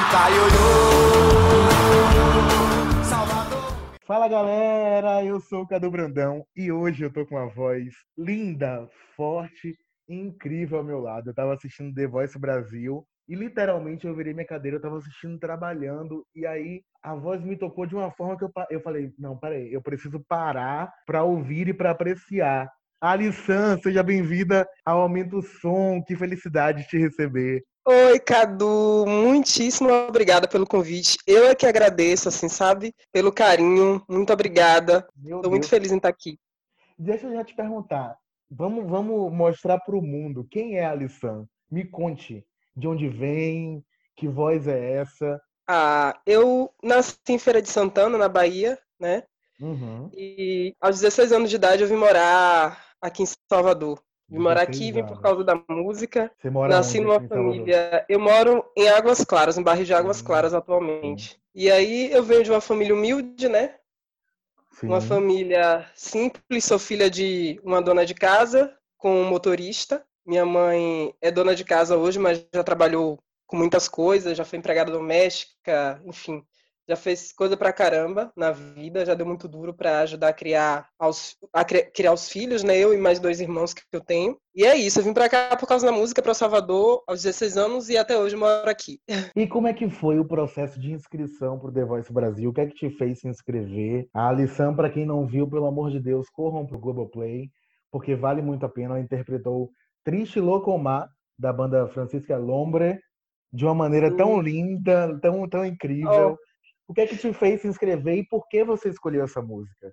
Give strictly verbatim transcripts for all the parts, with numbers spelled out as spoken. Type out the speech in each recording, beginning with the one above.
Fala galera, eu sou o Cadu Brandão e hoje eu tô com uma voz linda, forte e incrível ao meu lado. Eu tava assistindo The Voice Brasil e literalmente eu virei minha cadeira, eu tava assistindo trabalhando e aí a voz me tocou de uma forma que eu, pa- eu falei, não, peraí, eu preciso parar pra ouvir e pra apreciar. Alissan, seja bem-vinda ao Aumenta o Som, que felicidade te receber. Oi, Cadu, muitíssimo obrigada pelo convite. Eu é que agradeço, assim, sabe? Pelo carinho, muito obrigada. Meu Estou muito Deus. feliz em estar aqui. Deixa eu já te perguntar. Vamos, vamos mostrar para o mundo quem é a Alissan. Me conte de onde vem, que voz é essa. Ah, eu nasci em Feira de Santana, na Bahia, né? Uhum. E aos dezesseis anos de idade eu vim morar aqui em Salvador. Vim morar aqui, dezesseis vim por anos. causa da música. Você mora Nasci onde numa aqui em Salvador? família. Eu moro em Águas Claras, no bairro de Águas Sim, Claras sim, atualmente. E aí eu venho de uma família humilde, né? Uma sim. família simples, sou filha de uma dona de casa com um motorista. Minha mãe é dona de casa hoje, mas já trabalhou com muitas coisas, já foi empregada doméstica, enfim, já fez coisa pra caramba na vida, já deu muito duro para ajudar a criar, aos, a criar os filhos, né? Eu e mais dois irmãos que eu tenho. E é isso, eu vim para cá por causa da música, para Salvador, aos dezesseis anos e até hoje moro aqui. E como é que foi o processo de inscrição para o The Voice Brasil? O que é que te fez se inscrever? A Alissan, para quem não viu, pelo amor de Deus, corram para o Globoplay, porque vale muito a pena. Ela interpretou Triste Locomar, da banda Francisca Lombre, de uma maneira tão Sim. linda, tão, tão incrível. Oh, O que é que te fez se inscrever e por que você escolheu essa música?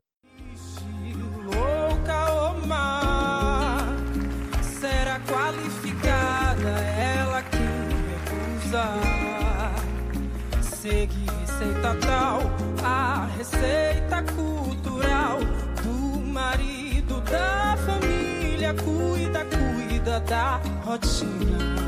Louca ou má, será qualificada ela que recusa seguir receita tal, a receita cultural do marido da família, cuida, cuida da rotina.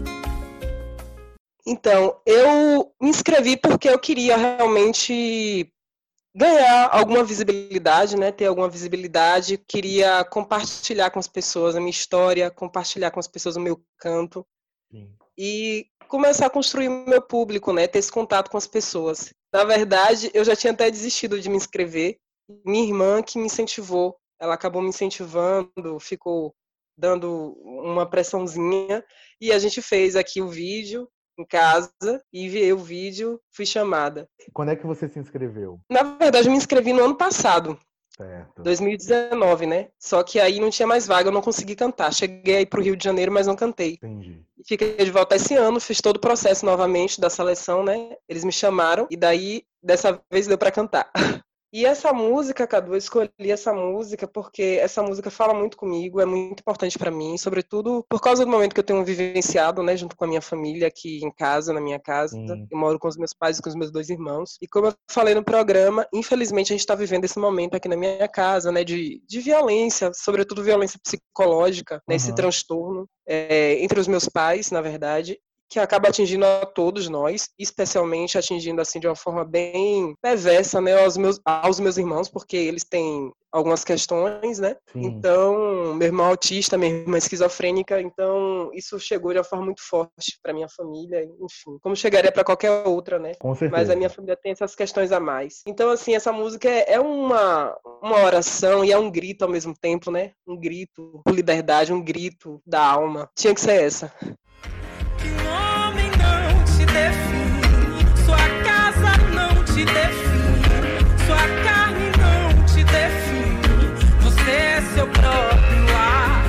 então, eu me inscrevi porque eu queria realmente ganhar alguma visibilidade, né? Ter alguma visibilidade, queria compartilhar com as pessoas a minha história, compartilhar com as pessoas o meu canto Sim. e começar a construir o meu público, né? Ter esse contato com as pessoas. Na verdade, eu já tinha até desistido de me inscrever. Minha irmã que me incentivou, ela acabou me incentivando, ficou dando uma pressãozinha e a gente fez aqui o vídeo em casa, enviei o vídeo, fui chamada. Quando é que você se inscreveu? Na verdade, eu me inscrevi no ano passado, Certo. dois mil e dezenove, né? Só que aí não tinha mais vaga, eu não consegui cantar. Cheguei aí pro Rio de Janeiro, mas não cantei. Entendi. E fiquei de volta esse ano, fiz todo o processo novamente da seleção, né? Eles me chamaram e daí, dessa vez, deu para cantar. E essa música, Cadu, eu escolhi essa música porque essa música fala muito comigo, é muito importante para mim, sobretudo por causa do momento que eu tenho vivenciado, né, junto com a minha família aqui em casa, na minha casa. Sim. Eu moro com os meus pais e com os meus dois irmãos. E como eu falei no programa, infelizmente a gente está vivendo esse momento aqui na minha casa, né, de, de violência, sobretudo violência psicológica, né, esse Uhum. transtorno é, entre os meus pais, na verdade, que acaba atingindo a todos nós, especialmente atingindo assim de uma forma bem perversa, né, aos meus, aos meus irmãos, porque eles têm algumas questões, né? Sim. Então, meu irmão é autista, minha irmã é esquizofrênica, então isso chegou de uma forma muito forte para minha família, enfim, como chegaria para qualquer outra, né? Com Mas a certeza. minha família tem essas questões a mais. Então, assim, essa música é, é uma, uma oração e é um grito ao mesmo tempo, né? Um grito por liberdade, um grito da alma. Tinha que ser essa. Que um homem não te define, sua casa não te define, sua carne não te define, você é seu próprio lar.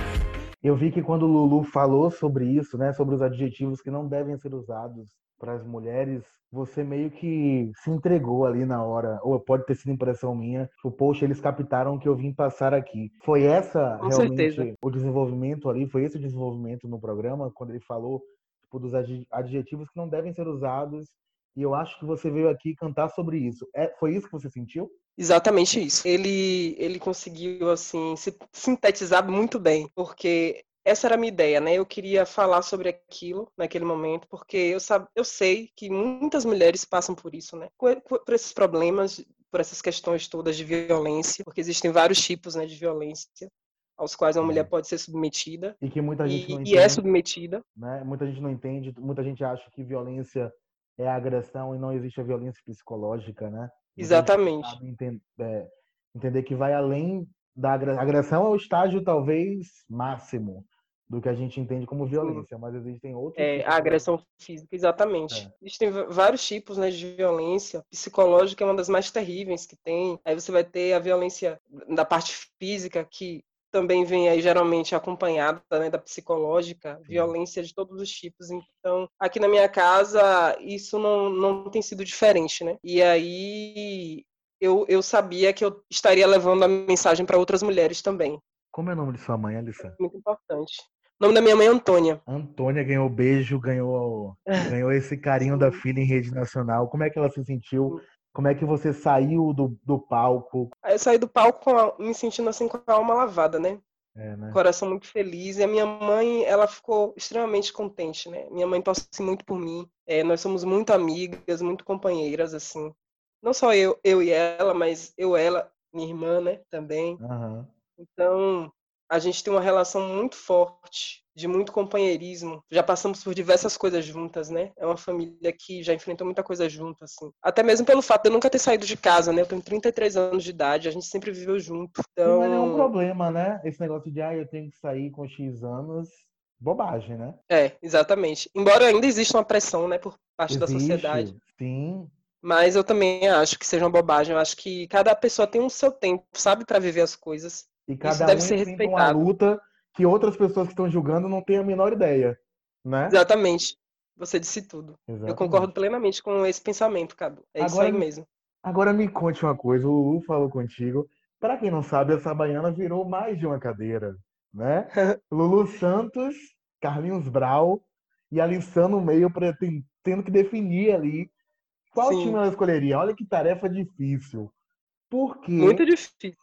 Eu vi que quando o Lulu falou sobre isso, né, sobre os adjetivos que não devem ser usados para as mulheres, você meio que se entregou ali na hora, ou pode ter sido impressão minha, tipo, poxa, eles captaram o que eu vim passar aqui. Foi essa Com certeza. realmente o desenvolvimento ali, foi esse o desenvolvimento no programa, quando ele falou tipo, dos adjetivos que não devem ser usados, e eu acho que você veio aqui cantar sobre isso. É, foi isso que você sentiu? Exatamente isso. Ele, ele conseguiu, assim, se sintetizar muito bem, porque essa era a minha ideia, né? Eu queria falar sobre aquilo naquele momento, porque eu, sab... eu sei que muitas mulheres passam por isso, né? Por esses problemas, por essas questões todas de violência, porque existem vários tipos, né, de violência aos quais uma mulher Sim. pode ser submetida E que muita gente não e, e é entende, submetida. né? Muita gente não entende, muita gente acha que violência é a agressão e não existe a violência psicológica, né? Você Exatamente. sabe enten- é, entender que vai além da agra- agressão, é o estágio talvez máximo do que a gente entende como Sim. violência, mas existem outros É, a tipos de violência. agressão física, exatamente. É, Existem v- vários tipos, né, de violência. Psicológica é uma das mais terríveis que tem. Aí você vai ter a violência da parte física, que também vem aí geralmente acompanhada, né, da psicológica, sim. violência de todos os tipos. Então, aqui na minha casa, isso não, não tem sido diferente, né? E aí eu, eu sabia que eu estaria levando a mensagem para outras mulheres também. Como é o nome de sua mãe, Alissa? Muito importante. O nome da minha mãe é Antônia. Antônia ganhou beijo, ganhou, ganhou esse carinho da Sim. filha em rede nacional. Como é que ela se sentiu? Como é que você saiu do, do palco? Aí eu saí do palco com a- me sentindo assim com a alma lavada, né? É, né? Coração muito feliz. E a minha mãe, ela ficou extremamente contente, né? Minha mãe torce muito por mim. É, nós somos muito amigas, muito companheiras, assim. Não só eu, eu e ela, mas eu, ela, minha irmã, né? Também. Aham. Então, a gente tem uma relação muito forte, de muito companheirismo. Já passamos por diversas coisas juntas, né? É uma família que já enfrentou muita coisa junto, assim. Até mesmo pelo fato de eu nunca ter saído de casa, né? Eu tenho trinta e três anos de idade, a gente sempre viveu junto. E não é nenhum Então, problema, né? Esse negócio de, ah, eu tenho que sair com X anos. Bobagem, né? é, exatamente. Embora ainda exista uma pressão, né, por parte da sociedade, Existe, sim. mas eu também acho que seja uma bobagem. Eu acho que cada pessoa tem o seu tempo, sabe, para viver as coisas. E Isso cada deve um ser enfrenta uma respeitado. luta que outras pessoas que estão julgando não têm a menor ideia, né? Exatamente. Você disse tudo. Eu concordo Exatamente. plenamente com esse pensamento, Cadu. É isso Agora, aí me- mesmo. agora me conte uma coisa, o Lulu falou contigo. Para quem não sabe, essa baiana virou mais de uma cadeira, né? Lulu Santos, Carlinhos Brau e a Lissã no meio, pra, tem- tendo que definir ali qual time Sim, ela escolheria. Olha que tarefa difícil. Por quê? muito difícil.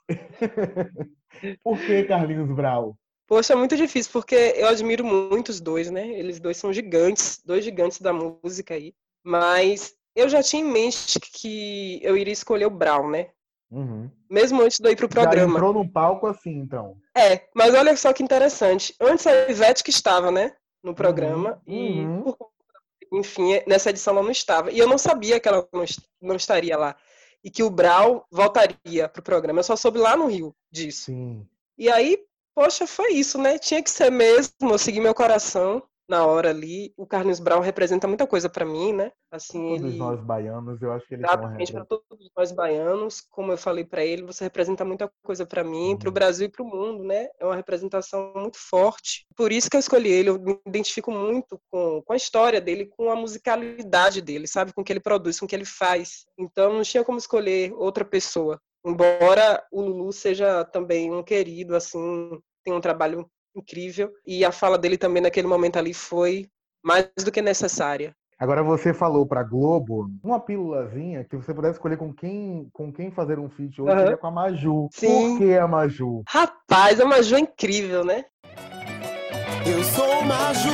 Por que Carlinhos Brau? Poxa, é muito difícil, porque eu admiro muito os dois, né? Eles dois são gigantes, dois gigantes da música aí. Mas eu já tinha em mente que eu iria escolher o Brown, né? Uhum. Mesmo antes de eu ir pro Já programa. entrou no palco assim, então. É, mas olha só que interessante. Antes a Ivete que estava, né? No Uhum, programa. E, uhum. por- enfim, nessa edição ela não estava. E eu não sabia que ela não, est- não estaria lá. E que o Brown voltaria pro programa. Eu só soube lá no Rio disso. Sim. E aí, poxa, foi isso, né? Tinha que ser mesmo, eu segui meu coração na hora ali. O Carlos Brown representa muita coisa pra mim, né? Para Assim, todos ele nós baianos, eu acho que ele tem uma exatamente para representação. todos nós baianos, como eu falei para ele, você representa muita coisa para mim, para o Brasil e para o mundo, né? É uma representação muito forte. Por isso que eu escolhi ele, eu me identifico muito com, com a história dele, com a musicalidade dele, sabe? Com o que ele produz, com o que ele faz. Então não tinha como escolher outra pessoa. Embora o Lulu seja também um querido, assim, tem um trabalho incrível, e a fala dele também naquele momento ali foi mais do que necessária. Agora você falou para Globo uma pílulazinha que você pudesse escolher com quem, com quem fazer um feat hoje Uhum. seria com a Maju. Por Sim. que a Maju? Rapaz, a Maju é incrível, né? Eu sou Maju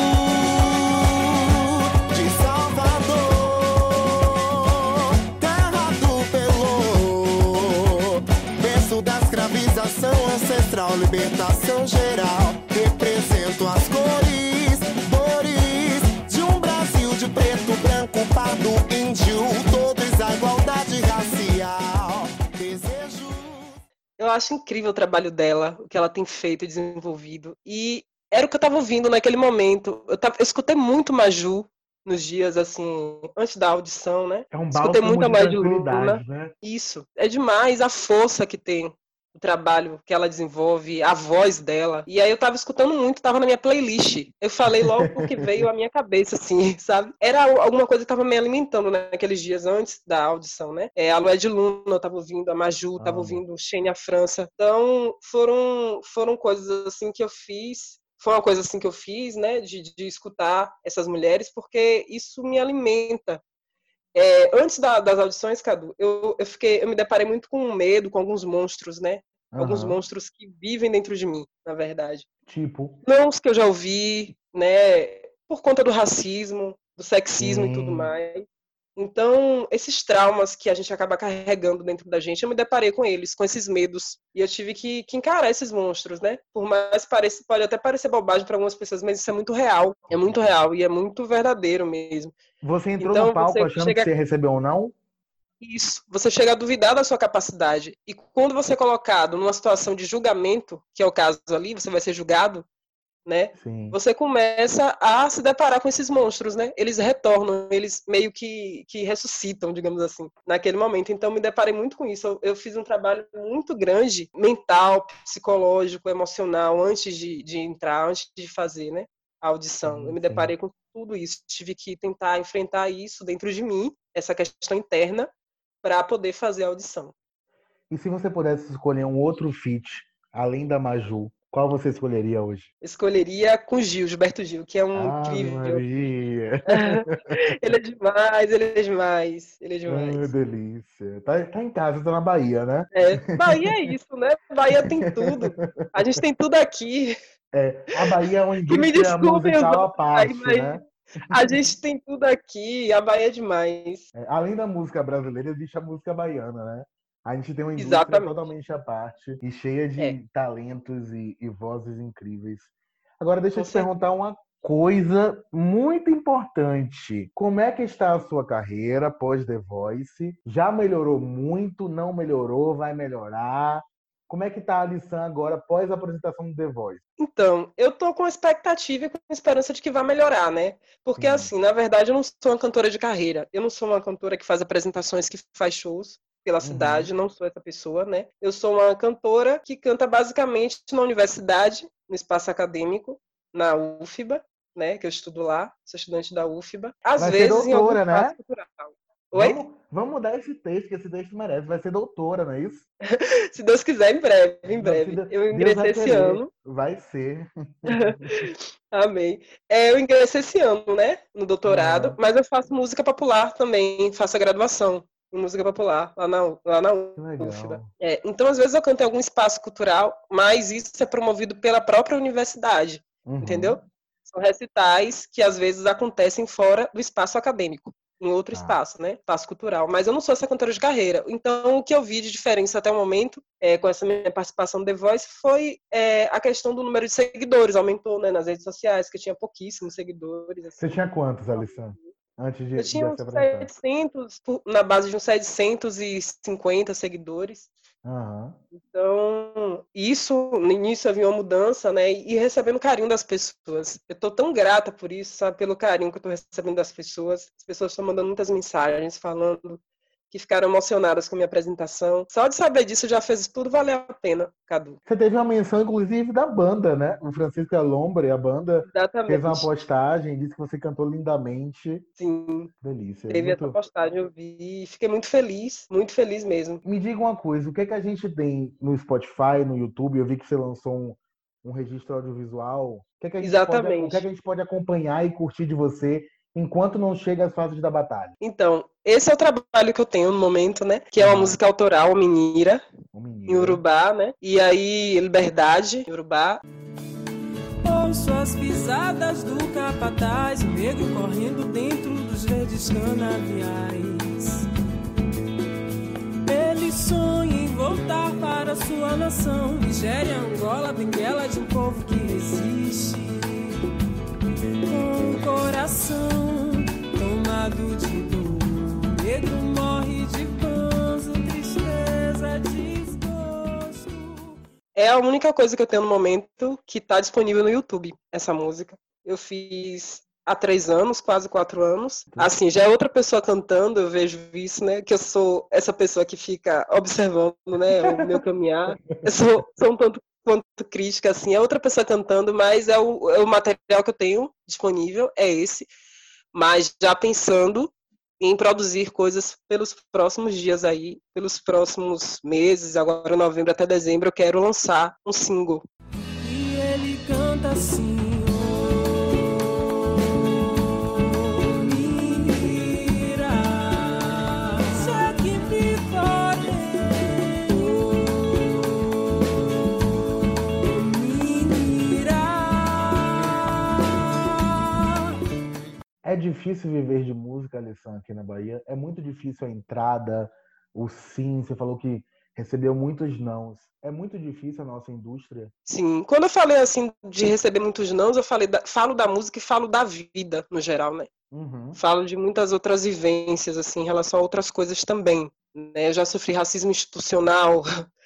de Salvador, terra do Pelô, berço da escravização ancestral, libertação geral. Represento as cores, cores de um Brasil de preto, branco, pardo, índio, todos a igualdade racial. Desejo. Eu acho incrível o trabalho dela, o que ela tem feito e desenvolvido. E era o que eu estava ouvindo naquele momento. Eu, tava, eu escutei muito Maju nos dias, assim, antes da audição, né? É um Escutei bálsamo muito a de Maju Luna. tranquilidade, né? Isso. É demais a força que tem o trabalho que ela desenvolve, a voz dela. E aí eu tava escutando muito, tava na minha playlist. Eu falei logo porque veio à minha cabeça, assim, sabe? Era alguma coisa que tava me alimentando naqueles dias antes da audição, né? É, a Lued Luna, eu tava ouvindo, a Maju, tava Amo. ouvindo Xenia França. Então, foram, foram coisas, assim, que eu fiz. Foi uma coisa, assim, que eu fiz, né? De, de escutar essas mulheres, porque isso me alimenta. É, antes da, das audições, Cadu, eu, eu, fiquei, eu me deparei muito com medo, com alguns monstros, né? Alguns Aham. monstros que vivem dentro de mim, na verdade. Tipo, Não os que eu já ouvi, né? Por conta do racismo, do sexismo e tudo sim. mais. Então, esses traumas que a gente acaba carregando dentro da gente, eu me deparei com eles, com esses medos. E eu tive que, que encarar esses monstros, né? Por mais que pareça, pode até parecer bobagem para algumas pessoas, mas isso é muito real. É muito real e é muito verdadeiro mesmo. Você entrou Então, no palco você achando chega- que você recebeu ou não? Isso, você chega a duvidar da sua capacidade. E quando você é colocado numa situação de julgamento, que é o caso ali, você vai ser julgado, né? Sim. Você começa a se deparar com esses monstros, né? Eles retornam, eles meio que, que ressuscitam, digamos assim, naquele momento. Então, me deparei muito com isso. Eu, eu fiz um trabalho muito grande, mental, psicológico, emocional, antes de, de entrar, antes de fazer, né, a audição. Sim, Eu me sim. deparei com tudo isso. Tive que tentar enfrentar isso dentro de mim, essa questão interna, para poder fazer a audição. E se você pudesse escolher um outro feat, além da Maju, qual você escolheria hoje? Escolheria com Gil, Gilberto Gil, que é um Ave incrível. Maria! Ele é demais, ele é demais, ele é Ah, demais. delícia. Tá, tá em casa, tá na Bahia, né? É, Bahia é isso, né? Bahia tem tudo. A gente tem tudo aqui. É, a Bahia é uma Que me indústria desculpem os musical à outros aí, parte, mas né? a gente tem tudo aqui. A Bahia é demais. É, além da música brasileira, existe a música baiana, né? A gente tem uma indústria Exatamente. totalmente à parte e cheia de É. talentos e, e vozes incríveis. Agora, deixa eu Com te perguntar uma coisa muito importante. Como é que está a sua carreira após The Voice? Já melhorou muito? Não melhorou? Vai melhorar? Como é que tá a lição agora após a apresentação do The Voice? Então, eu tô com expectativa e com esperança de que vai melhorar, né? Porque, Hum. assim, na verdade, eu não sou uma cantora de carreira. Eu não sou uma cantora que faz apresentações, que faz shows pela Uhum. cidade, não sou essa pessoa, né? Eu sou uma cantora que canta basicamente na universidade, no espaço acadêmico, na U F B A, né? Que eu estudo lá, sou estudante da U F B A. Às Vai ser vezes em algum doutora, né? espaço cultural. Oi? Vamos, vamos mudar esse texto, que esse texto merece. Vai ser doutora, não é isso? Se Deus quiser, em breve, em Não, breve. se Deus- Eu Deus ingressei vai esse querer. ano. Vai ser. Amém. É, eu ingressei esse ano, né, no doutorado, Aham. mas eu faço música popular também, faço a graduação em música popular lá na, lá na Que U F B A. legal. É, então, às vezes eu canto em algum espaço cultural, mas isso é promovido pela própria universidade, Uhum. entendeu? São recitais que às vezes acontecem fora do espaço acadêmico, em outro Ah. espaço, né? Espaço cultural. Mas eu não sou essa cantora de carreira. Então, o que eu vi de diferença até o momento, é, com essa minha participação no The Voice, foi é, a questão do número de seguidores. Aumentou, né, nas redes sociais, que eu tinha pouquíssimos seguidores. Assim. Você tinha quantos, Alisson? Antes de, Eu tinha de uns se apresentar? setecentos, na base de uns setecentos e cinquenta seguidores. Aham. Então, isso, no início havia uma mudança, né? E recebendo carinho das pessoas. Eu tô tão grata por isso, sabe? Pelo carinho que eu tô recebendo das pessoas. As pessoas estão mandando muitas mensagens falando que ficaram emocionadas com a minha apresentação. Só de saber disso já fez tudo valer a pena, Cadu. Você teve uma menção, inclusive, da banda, né? O Francisco Alombre, a banda, fez Exatamente. uma postagem, disse que você cantou lindamente. Sim, Delícia. teve Muito... essa postagem, eu vi e fiquei muito feliz, muito feliz mesmo. Me diga uma coisa, o que é que a gente tem no Spotify, no YouTube? Eu vi que você lançou um, um registro audiovisual. O que é que a gente pode, Exatamente. o que é que a gente pode acompanhar e curtir de você enquanto não chega às fases da batalha? Então, esse é o trabalho que eu tenho no momento, né? Que é uma Ah. música autoral, Menira, O em menino. Urubá, né? E aí, Liberdade, em Urubá. Ouço as pisadas do capataz, o negro correndo dentro dos verdes canaviais. Ele sonha em voltar para sua nação, Nigéria, Angola, Benguela, de um povo que resiste. Com o coração tomado de dor, o negro morre de gozo, tristeza, desgosto. É a única coisa que eu tenho no momento que está disponível no YouTube, essa música. Eu fiz há três anos, quase quatro anos. Assim, já é outra pessoa cantando, eu vejo isso, né? Que eu sou essa pessoa que fica observando, né? O meu caminhar. Eu sou, sou um tanto quanto crítica, assim. É outra pessoa cantando, mas é o, é o material que eu tenho disponível, é esse. Mas já pensando em produzir coisas pelos próximos dias aí, pelos próximos meses, agora novembro até dezembro, eu quero lançar um single. E ele canta assim. É difícil viver de música, Alisson, aqui na Bahia. É muito difícil a entrada, o sim. Você falou que recebeu muitos nãos. É muito difícil a nossa indústria. Sim, quando eu falei assim de receber muitos nãos, eu falei da, falo da música e falo da vida no geral, né? Uhum. Falo de muitas outras vivências assim em relação a outras coisas também, né? Eu já sofri racismo institucional.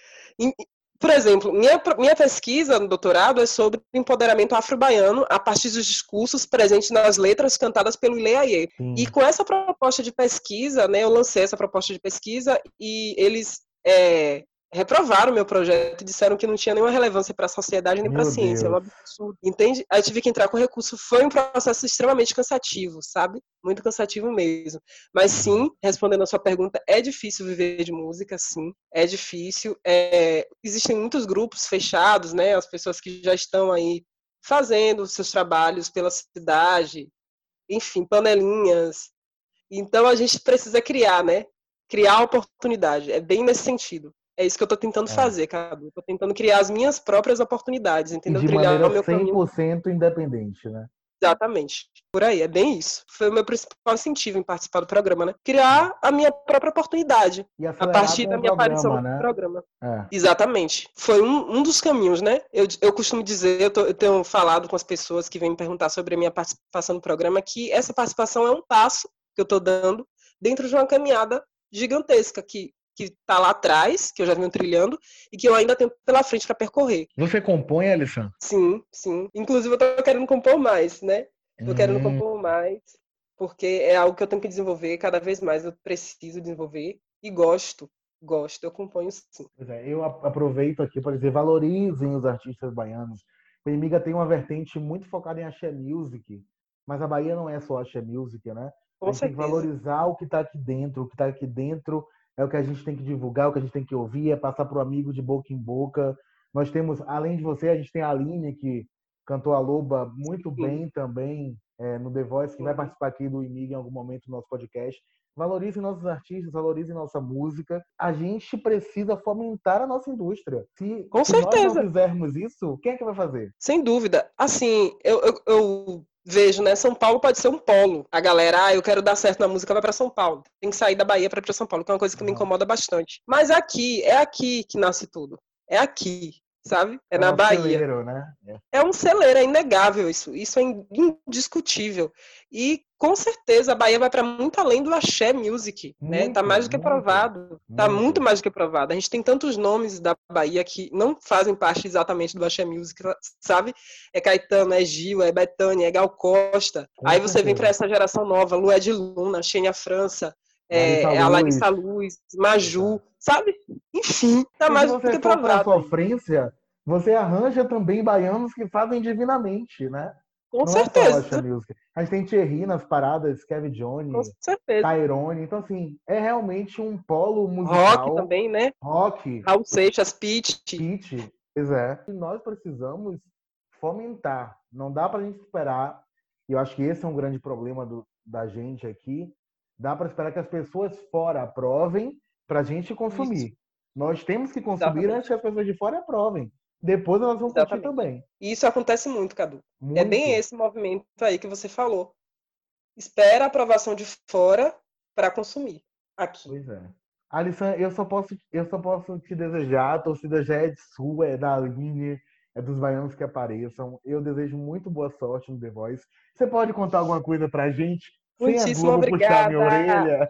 Por exemplo, minha, minha pesquisa no doutorado é sobre empoderamento afro-baiano a partir dos discursos presentes nas letras cantadas pelo Ilê Aie. E com essa proposta de pesquisa, né, eu lancei essa proposta de pesquisa e eles é, reprovaram o meu projeto e disseram que não tinha nenhuma relevância para a sociedade nem para a ciência. É um absurdo, entende? Aí eu tive que entrar com recurso. Foi um processo extremamente cansativo, sabe? Muito cansativo mesmo. Mas sim, respondendo a sua pergunta, é difícil viver de música, sim. É difícil. É... Existem muitos grupos fechados, né? As pessoas que já estão aí fazendo seus trabalhos pela cidade, enfim, panelinhas. Então a gente precisa criar, né? Criar oportunidade. É bem nesse sentido. É isso que eu estou tentando É. fazer, Cadu. Estou tentando criar as minhas próprias oportunidades, entendeu? E de Trilhar maneira o meu cem por cento caminho. independente, né? Exatamente. Por aí, é bem isso. Foi o meu principal incentivo em participar do programa, né? Criar a minha própria oportunidade. E A acelerar partir com da o minha aparição programa, no né? programa. É. Exatamente. Foi um, um dos caminhos, né? Eu, eu costumo dizer, eu, tô, eu tenho falado com as pessoas que vêm me perguntar sobre a minha participação no programa, que essa participação é um passo que eu estou dando dentro de uma caminhada gigantesca que que está lá atrás, que eu já venho trilhando, e que eu ainda tenho pela frente para percorrer. Você compõe, Alisson? Sim, sim. Inclusive, eu estou querendo compor mais, né? Estou Hum. querendo compor mais, porque é algo que eu tenho que desenvolver, cada vez mais eu preciso desenvolver, e gosto, gosto, eu componho sim. Pois é, eu aproveito aqui para dizer, valorizem os artistas baianos. O Emiga tem uma vertente muito focada em axé music, mas a Bahia não é só axé music, né? Com a gente certeza. tem que valorizar o que está aqui dentro, o que está aqui dentro é o que a gente tem que divulgar, o que a gente tem que ouvir, é passar para o amigo de boca em boca. Nós temos, além de você, a gente tem a Aline, que cantou a Loba muito Sim. bem também é, no The Voice, que Sim. vai participar aqui do Emiga em algum momento do nosso podcast. Valorizem nossos artistas, valorizem nossa música. A gente precisa fomentar a nossa indústria. Se, Com se nós certeza. não fizermos isso, quem é que vai fazer? Sem dúvida. Assim, eu, eu, eu vejo, né? São Paulo pode ser um polo. A galera, ah, eu quero dar certo na música, vai para São Paulo. Tem que sair da Bahia para ir para São Paulo, que é uma coisa que me incomoda bastante. Mas aqui, é aqui que nasce tudo. É aqui, sabe? É, É na um Bahia. celeiro, né? É. É um celeiro, é inegável isso. Isso é indiscutível. E, com certeza, a Bahia vai para muito além do axé music, né? Muito, Tá mais do que muito, provado. Tá muito. muito mais do que provado. A gente tem tantos nomes da Bahia que não fazem parte exatamente do axé music, sabe? É Caetano, é Gil, é Bethânia, é Gal Costa. Com Aí você certeza. vem para essa geração nova, Lued Luna, Xenia França, Larissa é, a Luz. Larissa Luz, Maju, sabe? Enfim, tá E mais se do você que for para a provado. sofrência, você arranja também baianos que fazem divinamente, né? Com Não é só certeza. Axé Music. A gente tem Thierry nas paradas, Kevin Johnny, Com certeza. Tyrone. Então, assim, é realmente um polo musical. Rock também, né? Rock. Raul Seixas, Pitty. Pitty. Pois é. E nós precisamos fomentar. Não dá pra gente esperar. E eu acho que esse é um grande problema do, da gente aqui. Dá para esperar que as pessoas fora aprovem pra gente consumir. Isso. Nós temos que consumir Exatamente. antes que as pessoas de fora aprovem. Depois elas vão Exatamente. curtir também. E isso acontece muito, Cadu. Muito. É bem esse movimento aí que você falou. Espera a aprovação de fora para consumir aqui. Pois é. Alisson, eu só posso, eu só posso te desejar, a torcida já é de sua, é da Aline, é dos baianos que apareçam. Eu desejo muito boa sorte no The Voice. Você pode contar alguma coisa pra gente? Sem a Muitíssimo Globo puxar minha obrigada. orelha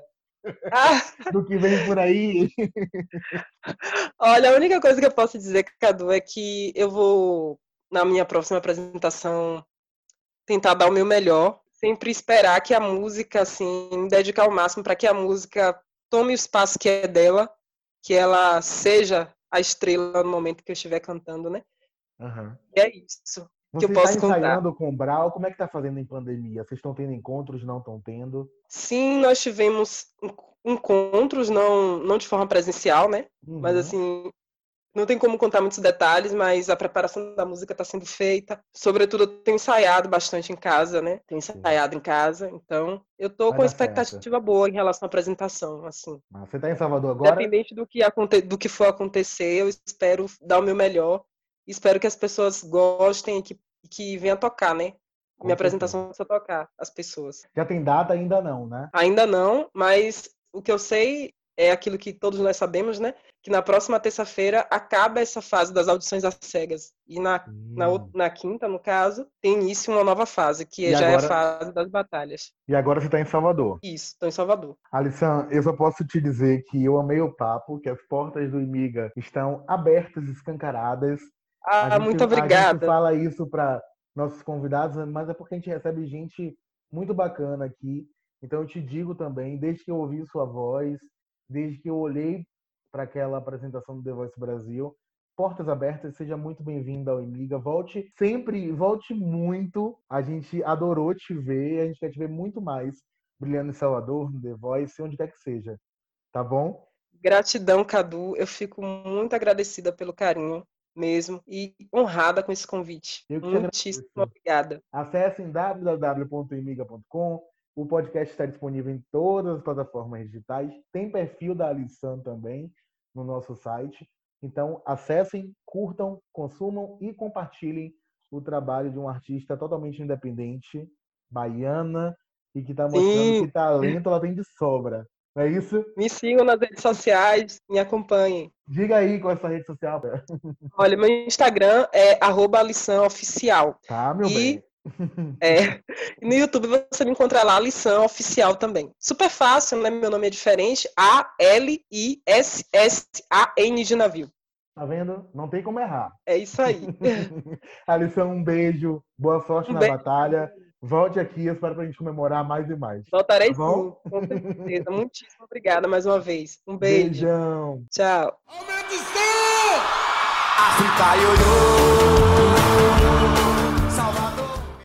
Ah, do que vem por aí? olha, a única coisa que eu posso dizer, Cadu, é que eu vou, na minha próxima apresentação, tentar dar o meu melhor. Sempre esperar que a música, assim, me dedicar ao máximo para que a música tome o espaço que é dela, que ela seja a estrela no momento que eu estiver cantando, né? Uhum. E é isso Você que eu posso está contar. ensaiando com o Brau? Como é que está fazendo em pandemia? Vocês estão tendo encontros, não estão tendo? Sim, nós tivemos encontros, não, não de forma presencial, né? Uhum. Mas, assim, não tem como contar muitos detalhes, mas a preparação da música está sendo feita. Sobretudo, eu tenho ensaiado bastante em casa, né? Tenho ensaiado em casa, então eu tô Vai com dar expectativa certo. boa em relação à apresentação, assim. Mas você está em Salvador agora? Independente do que, aconte- do que for acontecer, eu espero dar o meu melhor. Espero que as pessoas gostem e que, que venham tocar, né? Com Minha certeza. apresentação é só tocar as pessoas. Já tem data? Ainda não, né? Ainda não, mas o que eu sei é aquilo que todos nós sabemos, né? Que na próxima terça-feira acaba essa fase das audições às cegas. E na, na, Hum. ou- na quinta, no caso, tem início uma nova fase, que E já é a agora- fase das batalhas. E agora você está em Salvador. Isso, estou em Salvador. Alisson, eu só posso te dizer que eu amei o papo, que as portas do Imiga estão abertas, escancaradas. A Ah, gente, muito a gente obrigada. fala isso para nossos convidados, mas é porque a gente recebe gente muito bacana aqui. Então eu te digo também, desde que eu ouvi sua voz, desde que eu olhei para aquela apresentação do The Voice Brasil, portas abertas, seja muito bem-vindo ao Imiga. Volte sempre, volte muito. A gente adorou te ver, a gente quer te ver muito mais brilhando em Salvador, no The Voice, onde quer que seja. Tá bom? Gratidão, Cadu. Eu fico muito agradecida pelo carinho mesmo e honrada com esse convite. Eu que te Muitíssimo agradeço. obrigada. Acessem w w w ponto imiga ponto com. O podcast está disponível em todas as plataformas digitais. Tem perfil da Alisson também no nosso site. Então, acessem, curtam, consumam e compartilhem o trabalho de um artista totalmente independente, baiana, e que está mostrando Sim. que talento ela tem de sobra. Não é isso? Me sigam nas redes sociais, me acompanhem. Diga aí qual é a sua rede social. Olha, meu Instagram é arroba Alisson Oficial. Tá, meu E bem. É, e no YouTube você me encontra lá, Lição Oficial também. Super fácil, né? Meu nome é diferente. A L I S S A N de navio. Tá vendo? Não tem como errar. É isso aí. Alisson, um beijo. Boa sorte Um na beijo. batalha. Volte aqui, eu espero pra gente comemorar mais e mais. Voltarei Tá bom? sim, com certeza. Muitíssimo obrigada mais uma vez. Um beijo. Beijão. Tchau. África, ioiô.